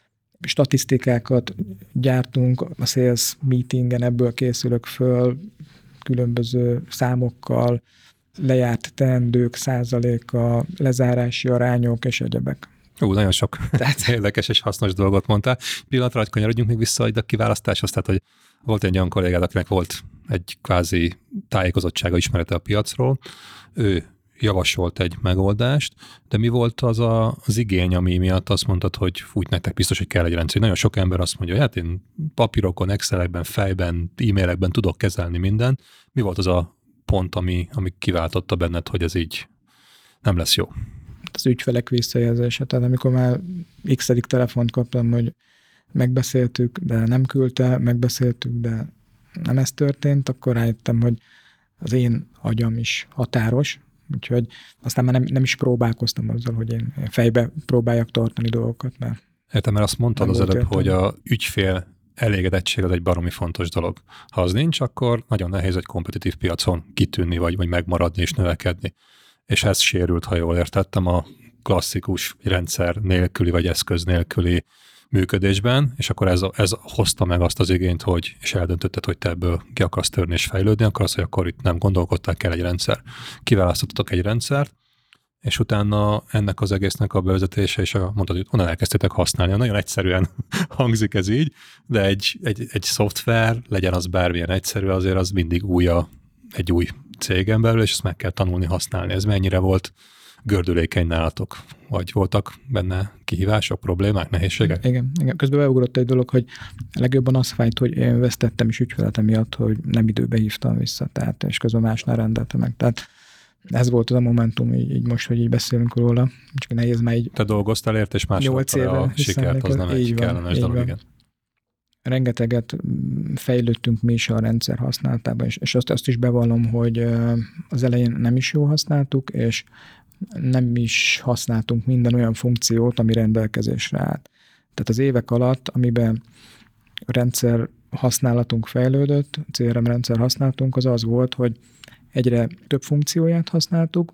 statisztikákat gyártunk, a sales meetingen ebből készülök föl, különböző számokkal, lejárt teendők, százaléka, lezárási arányok és egyebek. Nagyon sok érdekes és hasznos dolgot mondtál. Pillanatra, hogy kanyarodjunk még vissza a kiválasztáshoz, tehát hogy volt egy olyan kollégád, akinek volt egy kvázi tájékozottsága, ismerete a piacról, ő javasolt egy megoldást, de mi volt az igény, ami miatt azt mondtad, hogy úgy nektek biztos, hogy kell egy rendszer. Nagyon sok ember azt mondja, hogy hát én papírokon, Excelekben, fejben, e-mailekben tudok kezelni mindent. Mi volt az a pont, ami kiváltotta benned, hogy ez így nem lesz jó? Az ügyfelek visszajelzése. Tehát amikor már x-edik telefont kaptam, hogy megbeszéltük, de nem küldte, megbeszéltük, de nem ez történt, akkor rájöttem, hogy az én agyam is határos, úgyhogy aztán már nem is próbálkoztam azzal, hogy én fejbe próbáljak tartani dolgokat. Mert azt mondtad az előbb, hogy a ügyfél elégedettség az egy baromi fontos dolog. Ha az nincs, akkor nagyon nehéz egy kompetitív piacon kitűnni, vagy megmaradni és növekedni. És ez sérült, ha jól értettem, a klasszikus rendszer nélküli, vagy eszköz nélküli működésben, és akkor ez hozta meg azt az igényt, és eldöntötted, hogy te ebből ki akarsz törni és fejlődni, akarsz, hogy akkor itt nem gondolkodtál, kell egy rendszer. Kiválasztottatok egy rendszert, és utána ennek az egésznek a bevezetése, és mondtad, hogy onnan elkezdtétek használni. Nagyon egyszerűen hangzik ez így, de egy szoftver, legyen az bármilyen egyszerű, azért az mindig egy új cégen belül, és ezt meg kell tanulni használni. Ez mennyire volt gördülékeny nálatok? Vagy voltak benne kihívások, problémák, nehézségek? Igen. Közben beugrott egy dolog, hogy legjobban az fájt, hogy én vesztettem is ügyfeletem miatt, hogy nem időbe hívtam vissza, tehát, és közben másnál rendelte meg. Tehát ez volt az a momentum, így most, hogy így beszélünk róla. Csak nehéz már így. Te dolgoztál érte, és másodszor a sikert, az nem egy kellemes dolog, igen. Rengeteget fejlődtünk mi is a rendszer használatában, és azt is bevallom, hogy az elején nem is jól használtuk, és nem is használtunk minden olyan funkciót, ami rendelkezésre állt. Tehát az évek alatt, amiben a rendszer használatunk fejlődött, CRM rendszer használatunk, az volt, hogy egyre több funkcióját használtuk,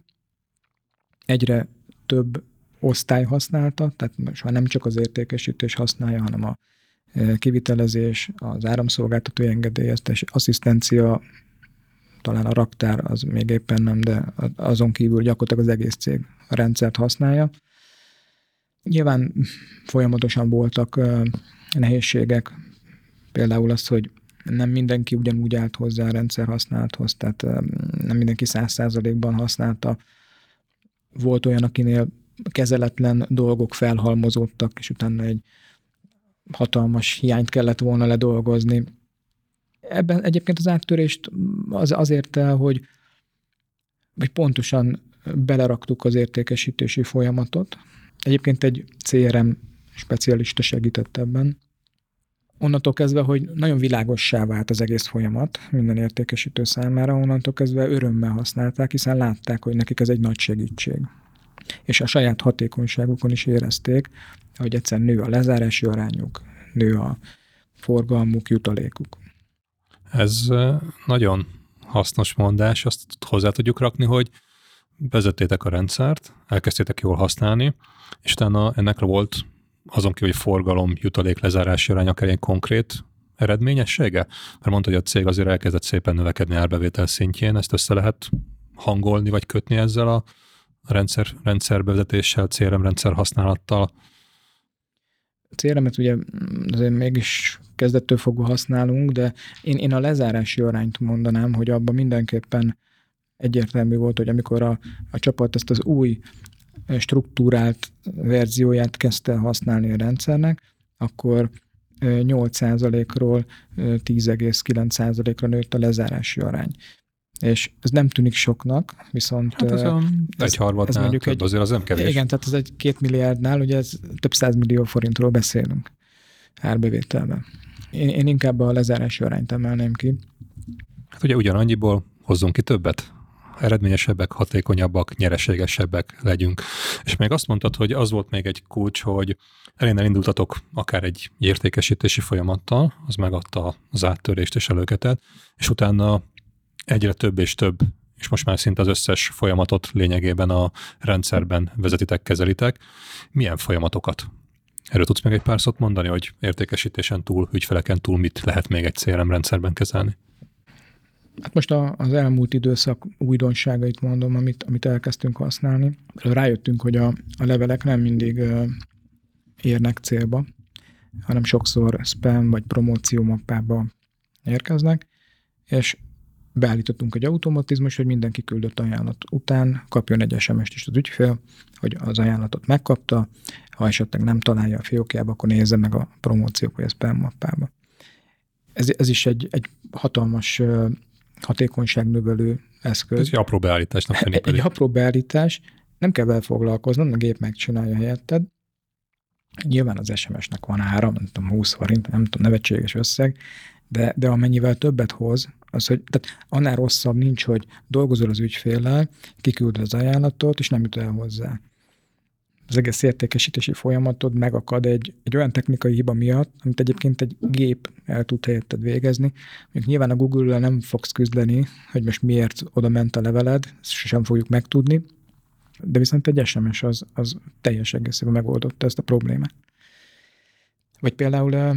egyre több osztály használta, tehát most már nem csak az értékesítés használja, hanem a kivitelezés, az áramszolgáltatói engedélyeztés, asszisztencia, talán a raktár, az még éppen nem, de azon kívül gyakorlatilag az egész cég a rendszert használja. Nyilván folyamatosan voltak nehézségek, például az, hogy nem mindenki ugyanúgy állt hozzá a rendszer használathoz, tehát nem mindenki 100%-ban használta. Volt olyan, akinél kezeletlen dolgok felhalmozódtak, és utána egy hatalmas hiányt kellett volna ledolgozni. Ebben egyébként az áttörést azért el, hogy pontosan beleraktuk az értékesítési folyamatot. Egyébként egy CRM specialista segített ebben. Onnantól kezdve, hogy nagyon világossá vált az egész folyamat minden értékesítő számára, onnantól kezdve örömmel használták, hiszen látták, hogy nekik ez egy nagy segítség. És a saját hatékonyságukon is érezték, hogy egyszer nő a lezárási arányuk, nő a forgalmuk, jutalékuk. Ez nagyon hasznos mondás, azt hozzá tudjuk rakni, hogy vezettétek a rendszert, elkezdtétek jól használni, és utána ennek volt azon kívül, hogy forgalom, jutalék, lezárási arány akár egy konkrét eredményessége? Mert mondta, hogy a cég azért elkezdett szépen növekedni árbevétel szintjén, ezt össze lehet hangolni, vagy kötni ezzel a rendszerbevezetéssel, CRM rendszer használattal? A CRM-et ugye azért mégis kezdettől fogva használunk, de én a lezárási arányt mondanám, hogy abban mindenképpen egyértelmű volt, hogy amikor a csapat ezt az új struktúrált verzióját kezdte használni a rendszernek, akkor 8%-ról 10,9%-ra nőtt a lezárási arány. És ez nem tűnik soknak, viszont... Hát ez mondjuk azért az nem kevés. Igen, tehát ez egy 2 milliárdnál, ugye ez több 100 millió forintról beszélünk árbevételben. Én inkább a lezárási arányt emelném ki. Hát ugye ugyanannyiból hozzunk ki többet? Eredményesebbek, hatékonyabbak, nyereségesebbek legyünk. És még azt mondtad, hogy az volt még egy kulcs, hogy elindultatok akár egy értékesítési folyamattal, az megadta az áttörést és előketet, és utána egyre több és több, és most már szinte az összes folyamatot lényegében a rendszerben vezetitek, kezelitek. Milyen folyamatokat? Erről tudsz még egy pár szót mondani, hogy értékesítésen túl, ügyfeleken túl mit lehet még egy CRM rendszerben kezelni? Hát most az elmúlt időszak újdonságait mondom, amit elkezdtünk használni. Rájöttünk, hogy a levelek nem mindig érnek célba, hanem sokszor spam vagy promóciómappába érkeznek, és beállítottunk egy automatizmus, hogy mindenki küldött ajánlat után kapjon egy SMS-t is az ügyfél, hogy az ajánlatot megkapta, ha esetleg nem találja a fiókjába, akkor nézze meg a promóciók vagy a spam mappába. Ez is egy hatalmas hatékonyságnövelő eszköz. Ez egy apró beállításnak tűnik pedig. Egy apró beállítás, nem kell vele foglalkoznod, a gép megcsinálja helyetted. Nyilván az SMS-nek van ára, nem tudom, 20 forint, nem tudom, nevetséges összeg, de amennyivel többet hoz, az, hogy tehát annál rosszabb nincs, hogy dolgozol az ügyféllel, kiküldöd az ajánlatot, és nem jut el hozzá. Az egész értékesítési folyamatod megakad egy olyan technikai hiba miatt, amit egyébként egy gép el tud helyetted végezni. Mondjuk nyilván a Google-lel nem fogsz küzdeni, hogy most miért oda ment a leveled, ezt sosem fogjuk megtudni, de viszont egy SMS az teljes egészében megoldotta ezt a problémát. Vagy például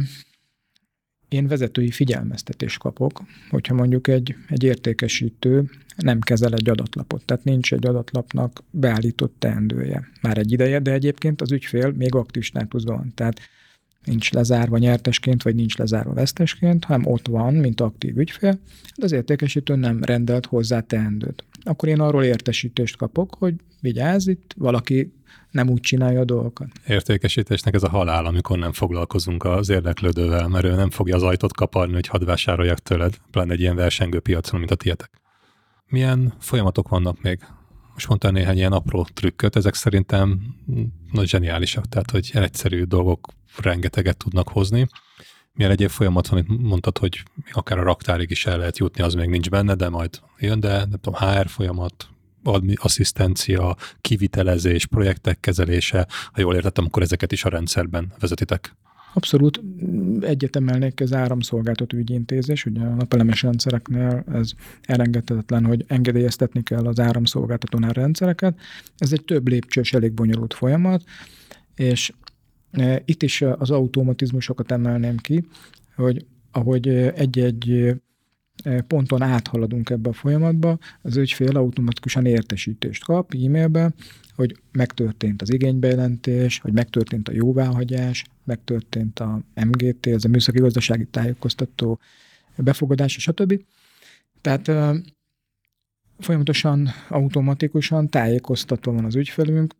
én vezetői figyelmeztetést kapok, hogyha mondjuk egy értékesítő nem kezel egy adatlapot, tehát nincs egy adatlapnak beállított teendője. Már egy ideje, de egyébként az ügyfél még aktív státuszban van, tehát nincs lezárva nyertesként, vagy nincs lezárva vesztesként, hanem ott van, mint aktív ügyfél, de az értékesítő nem rendelt hozzá teendőt. Akkor én arról értesítést kapok, hogy vigyázz, itt valaki nem úgy csinálja a dolgokat. Értékesítésnek ez a halál, amikor nem foglalkozunk az érdeklődővel, mert ő nem fogja az ajtót kaparni, hogy hadd vásároljak tőled, pláne egy ilyen versengő piacon, mint a tietek. Milyen folyamatok vannak még? Most mondtál néhány ilyen apró trükköt, ezek szerintem nagy zseniálisak, tehát hogy egyszerű dolgok rengeteget tudnak hozni. Milyen egyéb folyamat van, itt mondtad, hogy akár a raktárig is el lehet jutni, az még nincs benne, de majd jön, de nem tudom, HR folyamat, asszisztencia, kivitelezés, projektek kezelése, ha jól értettem, akkor ezeket is a rendszerben vezetitek. Abszolút egyet emelnék, az áramszolgáltató ügyintézés, ugye a napelemes rendszereknél ez elengedhetetlen, hogy engedélyeztetni kell az áramszolgáltatónál rendszereket. Ez egy több lépcsős, elég bonyolult folyamat, és itt is az automatizmusokat emelném ki, hogy ahogy egy-egy ponton áthaladunk ebbe a folyamatba, az ügyfél automatikusan értesítést kap e-mailbe, hogy megtörtént az igénybejelentés, hogy megtörtént a jóváhagyás, megtörtént a MGT, ez a műszaki gazdasági tájékoztató befogadás, stb. Tehát folyamatosan, automatikusan tájékoztatva van az ügyfelünk,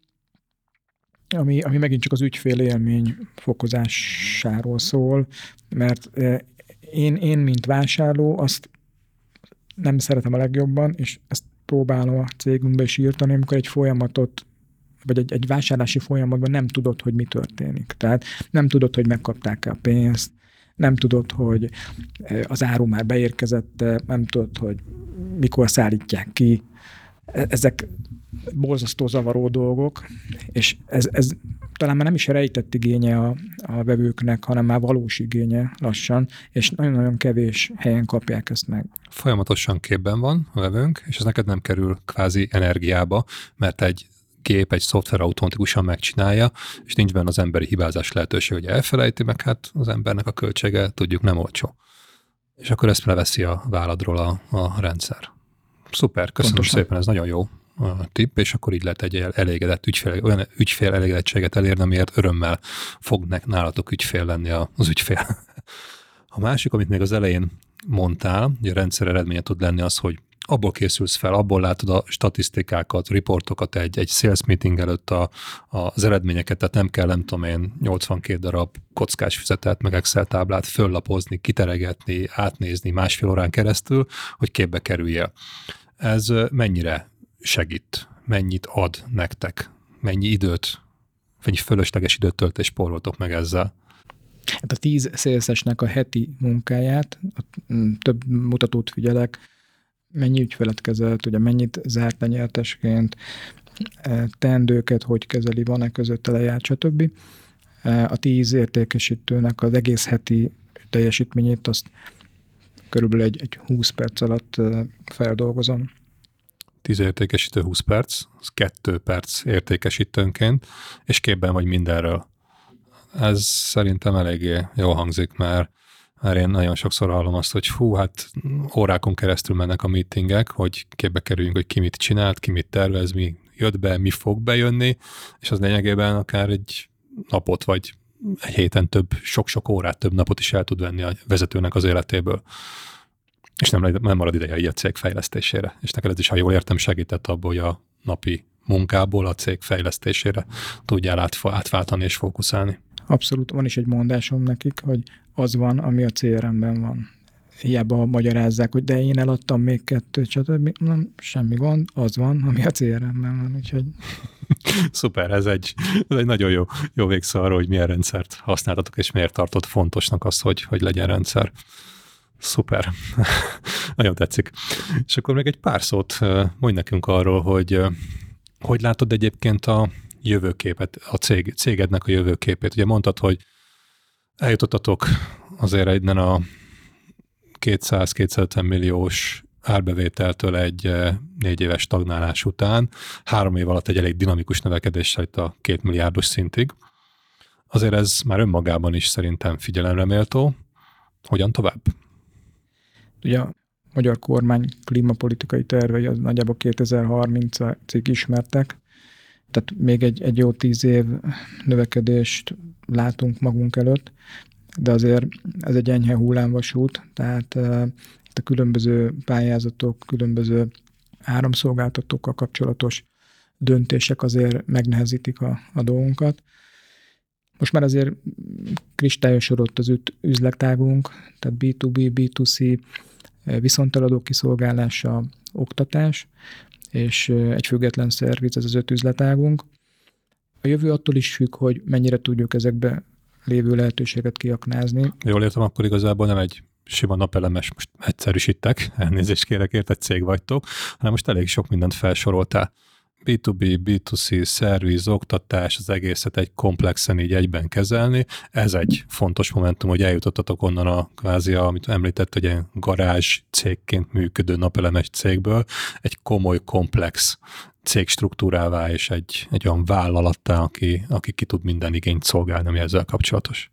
ami megint csak az ügyfél élmény fokozásáról szól, mert én, mint vásárló, azt nem szeretem a legjobban, és ezt próbálom a cégünkbe is írtani, amikor egy folyamatot, vagy egy vásárlási folyamatban nem tudod, hogy mi történik. Tehát nem tudod, hogy megkapták-e a pénzt, nem tudod, hogy az áru már beérkezett, nem tudod, hogy mikor szállítják ki. Ezek borzasztó zavaró dolgok, és ez talán már nem is rejtett igénye a vevőknek, hanem már valós igénye lassan, és nagyon-nagyon kevés helyen kapják ezt meg. Folyamatosan képben van a vevőnk, és ez neked nem kerül kvázi energiába, mert egy gép, egy szoftver automatikusan megcsinálja, és nincs benne az emberi hibázás lehetőség, hogy elfelejti, meg hát az embernek a költsége, tudjuk, nem olcsó. És akkor ezt leveszi a válladról a rendszer. Szuper, köszönöm Pontosan. szépen, ez nagyon jó tipp, és akkor így lehet egy elégedett ügyfél, olyan ügyfél elégedettséget elérni, amiért örömmel fog nálatok ügyfél lenni az ügyfél. A másik, amit még az elején mondtál, hogy a rendszer eredménye tud lenni az, hogy abból készülsz fel, abból látod a statisztikákat, riportokat egy sales meeting előtt az eredményeket, tehát nem kell, nem tudom én, 82 darab kockás füzetet, meg Excel táblát föllapozni, kiteregetni, átnézni másfél órán keresztül, hogy képbe kerüljél. Ez mennyire segít? Mennyit ad nektek? Mennyi időt, mennyi fölösleges időt tölt és spóroltok meg ezzel? Hát a 10 szélszesnek a heti munkáját, több mutatót figyelek, mennyi ügyfelet kezelt, ugye mennyit zárt le nyertesként, teendőket hogy kezeli, van-e közötte lejárt, stb. A 10 értékesítőnek az egész heti teljesítményét azt körülbelül egy 20 perc alatt feldolgozom. 10 értékesítő 20 perc, az 2 perc értékesítőnként, és képben vagy mindenről. Ez szerintem eléggé jól hangzik, mert én nagyon sokszor hallom azt, hogy hát órákon keresztül mennek a meetingek, hogy képbe kerüljünk, hogy ki mit csinált, ki mit tervez, mi jött be, mi fog bejönni, és az lényegében akár egy napot, vagy egy héten sok-sok órát, több napot is el tud venni a vezetőnek az életéből. És nem marad ideje így a cég fejlesztésére. És neked ez is, ha jól értem, segített abból, hogy a napi munkából a cég fejlesztésére tudjál átváltani és fókuszálni. Abszolút, van is egy mondásom nekik, hogy az van, ami a CRM-ben van. Hiába magyarázzák, hogy de én eladtam még 2, stb. Nem, semmi gond, az van, ami a CRM-ben van. Úgyhogy... Szuper, ez egy nagyon jó végszó arra, hogy milyen rendszert használtatok, és miért tartott fontosnak azt, hogy legyen rendszer. Szuper. Nagyon tetszik. És akkor még egy pár szót mondj nekünk arról, hogy látod egyébként a jövőképet, a cégednek a jövőképét. Ugye mondtad, hogy eljutottatok azért innen a 200-250 milliós árbevételtől egy 4 éves stagnálás után, 3 év alatt egy elég dinamikus növekedéssel itt a 2 milliárdos szintig. Azért ez már önmagában is szerintem figyelemre méltó. Hogyan tovább? Ugye a magyar kormány klímapolitikai tervei az nagyjából 2030-ig ismertek, tehát még egy jó 10 év növekedést látunk magunk előtt, de azért ez egy enyhe hullámvasút, tehát itt a különböző pályázatok, különböző áramszolgáltatókkal kapcsolatos döntések azért megnehezítik a dolgunkat. Most már azért kristályosodott az üzletágunk, tehát B2B, B2C, viszonteladó kiszolgálása, oktatás, és egy független szerviz, ez az 5 üzletágunk. A jövő attól is függ, hogy mennyire tudjuk ezekbe lévő lehetőséget kiaknázni. Jól értem, akkor igazából nem egy sima napelemes, most egyszerűsítek, elnézést kérek, egy cég vagytok, hanem most elég sok mindent felsoroltál. B2B, B2C, szerviz, oktatás, az egészet egy komplexen így egyben kezelni. Ez egy fontos momentum, hogy eljutottatok onnan a kvázi, amit említett, hogy egy garázs cégként működő napelemes cégből egy komoly, komplex cégstruktúrává és egy olyan vállalattá, aki ki tud minden igényt szolgálni, ami ezzel kapcsolatos.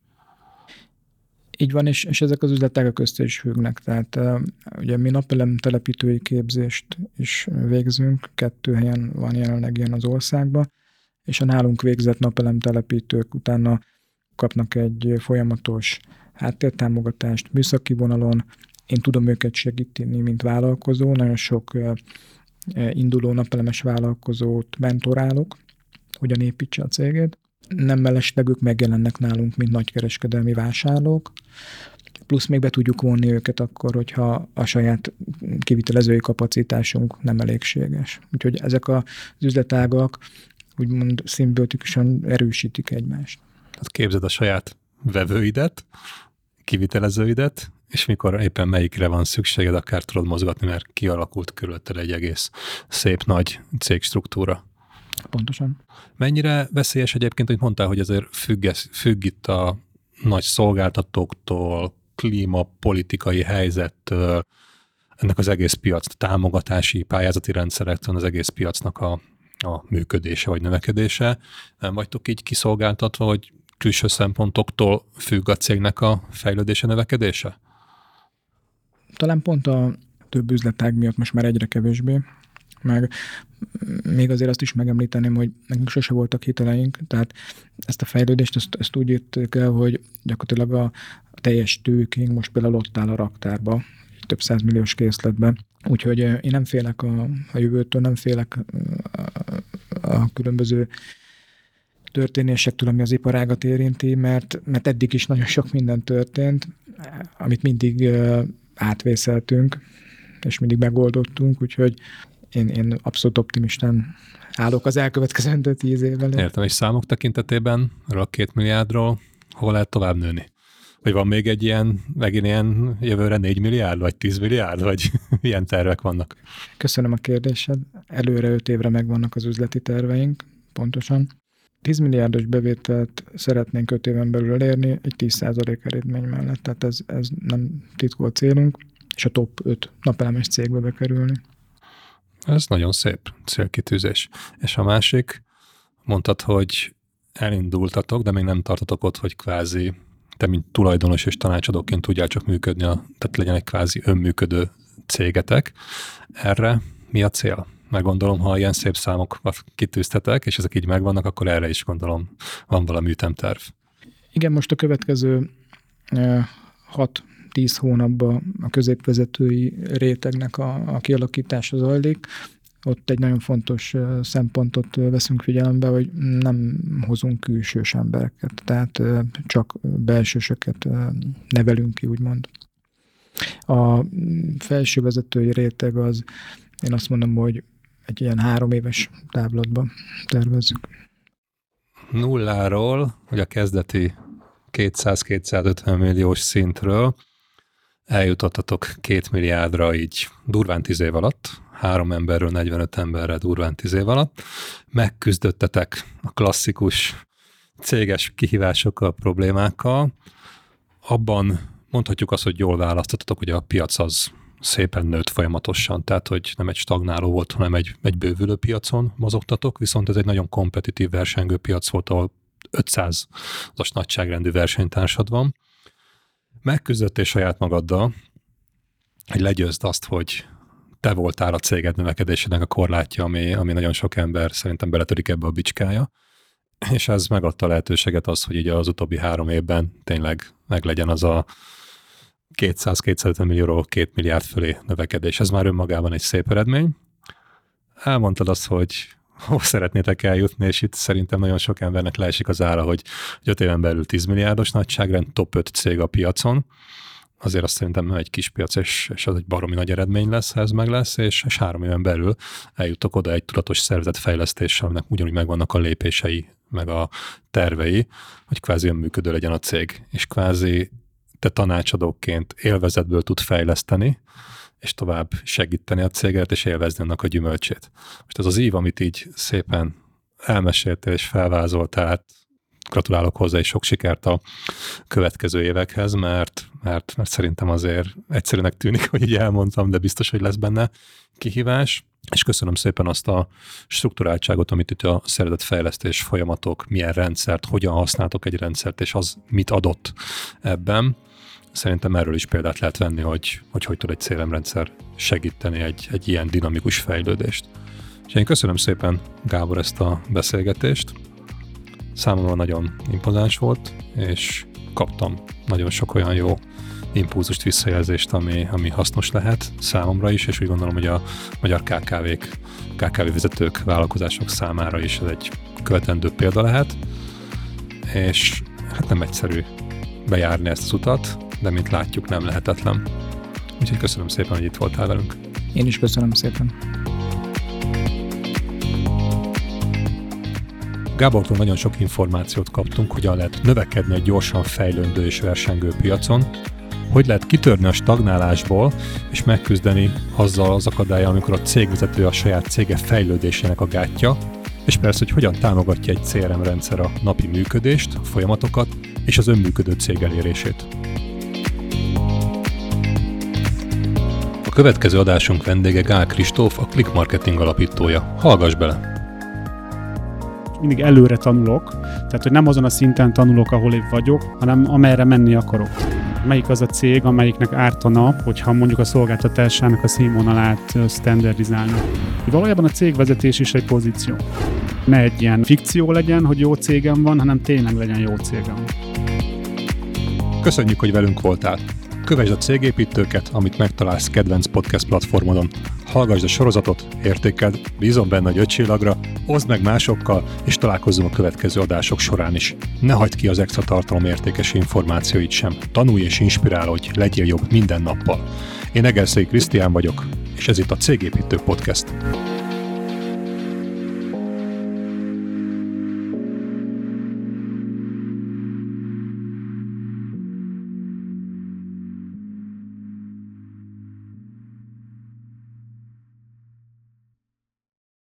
Így van, és ezek az üzletágak össze is függnek. Tehát ugye mi napelem telepítői képzést is végzünk, 2 helyen van jelenleg ilyen az országban, és a nálunk végzett napelem telepítők utána kapnak egy folyamatos háttértámogatást műszaki vonalon. Én tudom őket segíteni, mint vállalkozó, nagyon sok induló napelemes vállalkozót mentorálok, hogyan építse a cégét. Nem mellesleg ők megjelennek nálunk, mint nagykereskedelmi vásárlók, plusz még be tudjuk vonni őket akkor, hogyha a saját kivitelezői kapacitásunk nem elégséges. Úgyhogy ezek az üzletágak úgymond szimbiotikusan erősítik egymást. Tehát képzeld a saját vevőidet, kivitelezőidet, és mikor éppen melyikre van szükséged, akár tudod mozgatni, mert kialakult körülötted egy egész szép nagy cégstruktúra. Pontosan. Mennyire veszélyes egyébként, hogy mondtál, hogy ezért függ itt a nagy szolgáltatóktól, klímapolitikai helyzettől, ennek az egész piac támogatási, pályázati rendszerektől, az egész piacnak a működése vagy növekedése. Nem vagytok így kiszolgáltatva, hogy külső szempontoktól függ a cégnek a fejlődése, növekedése? Talán pont a több üzletág miatt most már egyre kevésbé. Meg még azért azt is megemlíteném, hogy nekünk sose voltak hiteleink, tehát ezt a fejlődést ezt úgy írtuk el, hogy gyakorlatilag a teljes tőkénk most például ott áll a raktárba, több 100 milliós készletben. Úgyhogy én nem félek a jövőtől, nem félek a különböző történésektől, ami az iparágat érinti, mert eddig is nagyon sok minden történt, amit mindig átvészeltünk, és mindig megoldottunk, úgyhogy én abszolút optimistán állok az elkövetkezendő 10 évvel. Értem, és számok tekintetében erről a 2 milliárdról hol lehet tovább nőni? Vagy van még egy megint ilyen jövőre 4 milliárd, vagy 10 milliárd, vagy ilyen tervek vannak? Köszönöm a kérdésed. Előre 5 évre megvannak az üzleti terveink, pontosan. 10 milliárdos bevételt szeretnénk 5 éven belül elérni egy 10% eredmény mellett. Tehát ez nem titkolt célunk, és a top 5 napelemes cégbe bekerülni. Ez nagyon szép célkitűzés. És a másik, mondtad, hogy elindultatok, de még nem tartotok ott, hogy kvázi te, mint tulajdonos és tanácsadóként tudjál csak működni, tehát legyen egy kvázi önműködő cégetek. Erre mi a cél? Mert gondolom, ha ilyen szép számokat kitűztetek, és ezek így megvannak, akkor erre is gondolom van valami ütemterv. Igen, most a következő 6-10 hónapban a középvezetői rétegnek a kialakítása zajlik. Ott egy nagyon fontos szempontot veszünk figyelembe, hogy nem hozunk külsős embereket, tehát csak belsősöket nevelünk ki, úgymond. A felső vezetői réteg az, én azt mondom, hogy egy ilyen 3 éves távlatban tervezzük. Nulláról, hogy a kezdeti 200-250 milliós szintről eljutottatok 2 milliárdra így durván 10 év alatt, 3 emberről 45 emberre durván 10 év alatt. Megküzdöttetek a klasszikus céges kihívásokkal, problémákkal. Abban mondhatjuk azt, hogy jól választottatok, hogy a piac az szépen nőtt folyamatosan, tehát hogy nem egy stagnáló volt, hanem egy bővülő piacon mozogtatok, viszont ez egy nagyon kompetitív versengő piac volt, ahol 500-as nagyságrendű versenytársad van. Megküzdöttél saját magaddal, hogy legyőzd azt, hogy te voltál a céged növekedésének a korlátja, ami nagyon sok ember szerintem beletörik ebbe a bicskája, és ez megadta a lehetőséget az, hogy így az utóbbi 3 évben tényleg meglegyen az a 200-250 millióról 2 milliárd fölé növekedés. Ez már önmagában egy szép eredmény. Elmondtad azt, hogy hol szeretnétek eljutni, és itt szerintem nagyon sok embernek leesik az ára, hogy 5 éven belül 10 milliárdos nagyságrend, top 5 cég a piacon. Azért azt szerintem nem egy kis piac, és az egy baromi nagy eredmény lesz, ha ez meg lesz, és 3 éven belül eljuttok oda egy tudatos szervezetfejlesztéssel, aminek ugyanúgy megvannak a lépései, meg a tervei, hogy kvázi önműködő legyen a cég, és kvázi te tanácsadóként élvezetből tud fejleszteni, és tovább segíteni a céget, és élvezni annak a gyümölcsét. Most ez az ív, amit így szépen elmeséltél és felvázoltál, gratulálok hozzá, és sok sikert a következő évekhez, mert szerintem azért egyszerűnek tűnik, hogy így elmondtam, de biztos, hogy lesz benne kihívás. És köszönöm szépen azt a strukturáltságot, amit itt a szervezetfejlesztés folyamatok, milyen rendszert, hogyan használtok egy rendszert, és az mit adott ebben. Szerintem erről is példát lehet venni, hogy tud egy CRM-rendszer segíteni egy ilyen dinamikus fejlődést. És én köszönöm szépen, Gábor, ezt a beszélgetést. Számomra nagyon impozáns volt, és kaptam nagyon sok olyan jó impulzust, visszajelzést, ami hasznos lehet számomra is, és úgy gondolom, hogy a magyar KKV vezetők, vállalkozások számára is ez egy követendő példa lehet, és hát nem egyszerű bejárni ezt az utat, de mint látjuk, nem lehetetlen. Úgyhogy köszönöm szépen, hogy itt voltál velünk. Én is köszönöm szépen. Gábortól nagyon sok információt kaptunk, hogyan lehet növekedni egy gyorsan fejlődő és versengő piacon, hogy lehet kitörni a stagnálásból, és megküzdeni azzal az akadállyal, amikor a cégvezető a saját cége fejlődésének a gátja, és persze, hogy hogyan támogatja egy CRM rendszer a napi működést, a folyamatokat és az önműködő cég elérését. A következő adásunk vendége Gál Kristóf, a Click Marketing alapítója. Hallgass bele! Mindig előre tanulok, tehát hogy nem azon a szinten tanulok, ahol én vagyok, hanem amerre menni akarok. Melyik az a cég, amelyiknek ártana, hogyha mondjuk a szolgáltatásának a színvonalát standardizálni. Valójában a cégvezetés is egy pozíció. Ne egy ilyen fikció legyen, hogy jó cégem van, hanem tényleg legyen jó cégem. Köszönjük, hogy velünk voltál! Kövesd a cégépítőket, amit megtalálsz kedvenc podcast platformodon. Hallgassd a sorozatot, értékeld, bízom benne, hogy 5 csillagra, oszd meg másokkal, és találkozzunk a következő adások során is. Ne hagyd ki az extra tartalom értékes információit sem. Tanulj és inspirálódj, legyél jobb minden nappal. Én Egerszegi Krisztián vagyok, és ez itt a Cégépítő Podcast.